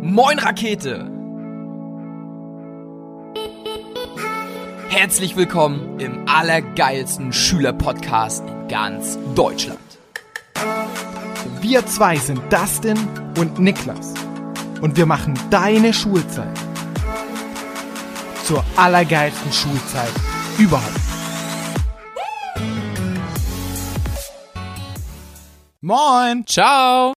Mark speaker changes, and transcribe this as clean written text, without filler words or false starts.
Speaker 1: Moin Rakete! Herzlich willkommen im allergeilsten Schülerpodcast in ganz Deutschland.
Speaker 2: Wir zwei sind Dustin und Niklas und wir machen deine Schulzeit zur allergeilsten Schulzeit überhaupt. Moin!
Speaker 1: Ciao!